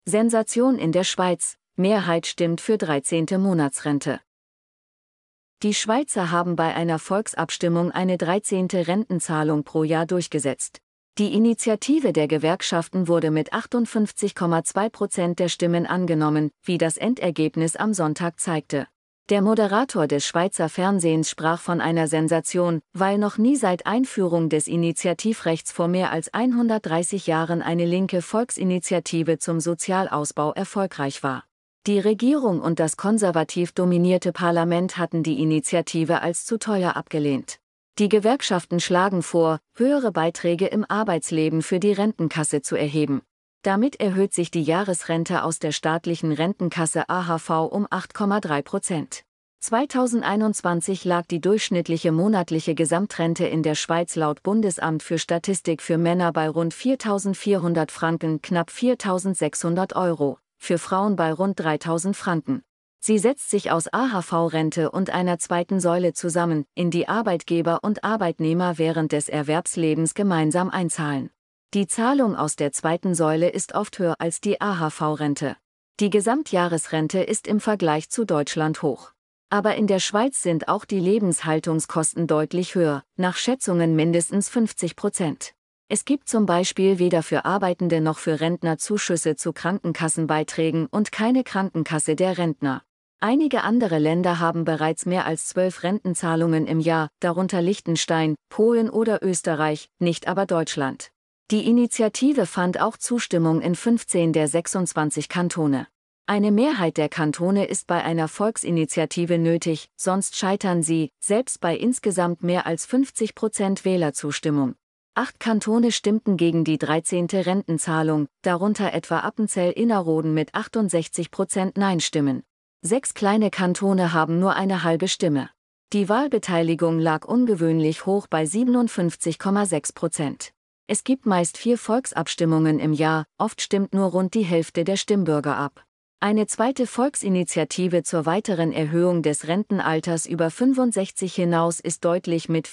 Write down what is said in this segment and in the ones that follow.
Sensation in der Schweiz, Mehrheit stimmt für 13. Monatsrente. Die Schweizer haben bei einer Volksabstimmung eine 13. Rentenzahlung pro Jahr durchgesetzt. Die Initiative der Gewerkschaften wurde mit 58,2% der Stimmen angenommen, wie das Endergebnis am Sonntag zeigte. Der Moderator des Schweizer Fernsehens sprach von einer Sensation, weil noch nie seit Einführung des Initiativrechts vor mehr als 130 Jahren eine linke Volksinitiative zum Sozialausbau erfolgreich war. Die Regierung und das konservativ dominierte Parlament hatten die Initiative als zu teuer abgelehnt. Die Gewerkschaften schlagen vor, höhere Beiträge im Arbeitsleben für die Rentenkasse zu erheben. Damit erhöht sich die Jahresrente aus der staatlichen Rentenkasse AHV um 8,3%. 2021 lag die durchschnittliche monatliche Gesamtrente in der Schweiz laut Bundesamt für Statistik für Männer bei rund 4.400 Franken, knapp 4.600 Euro, für Frauen bei rund 3.000 Franken. Sie setzt sich aus AHV-Rente und einer zweiten Säule zusammen, in die Arbeitgeber und Arbeitnehmer während des Erwerbslebens gemeinsam einzahlen. Die Zahlung aus der zweiten Säule ist oft höher als die AHV-Rente. Die Gesamtjahresrente ist im Vergleich zu Deutschland hoch. Aber in der Schweiz sind auch die Lebenshaltungskosten deutlich höher, nach Schätzungen mindestens 50%. Es gibt zum Beispiel weder für Arbeitende noch für Rentner Zuschüsse zu Krankenkassenbeiträgen und keine Krankenkasse der Rentner. Einige andere Länder haben bereits mehr als 12 Rentenzahlungen im Jahr, darunter Liechtenstein, Polen oder Österreich, nicht aber Deutschland. Die Initiative fand auch Zustimmung in 15 der 26 Kantone. Eine Mehrheit der Kantone ist bei einer Volksinitiative nötig, sonst scheitern sie, selbst bei insgesamt mehr als 50% Wählerzustimmung. 8 Kantone stimmten gegen die 13. Rentenzahlung, darunter etwa Appenzell-Innerrhoden mit 68% Nein-Stimmen. 6 kleine Kantone haben nur eine halbe Stimme. Die Wahlbeteiligung lag ungewöhnlich hoch bei 57,6%. Es gibt meist 4 Volksabstimmungen im Jahr, oft stimmt nur rund die Hälfte der Stimmbürger ab. Eine zweite Volksinitiative zur weiteren Erhöhung des Rentenalters über 65 hinaus ist deutlich mit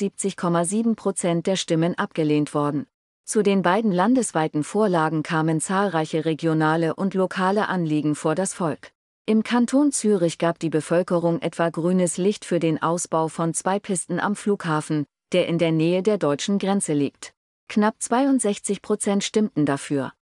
74,7% der Stimmen abgelehnt worden. Zu den beiden landesweiten Vorlagen kamen zahlreiche regionale und lokale Anliegen vor das Volk. Im Kanton Zürich gab die Bevölkerung etwa grünes Licht für den Ausbau von 2 Pisten am Flughafen, der in der Nähe der deutschen Grenze liegt. Knapp 62% stimmten dafür.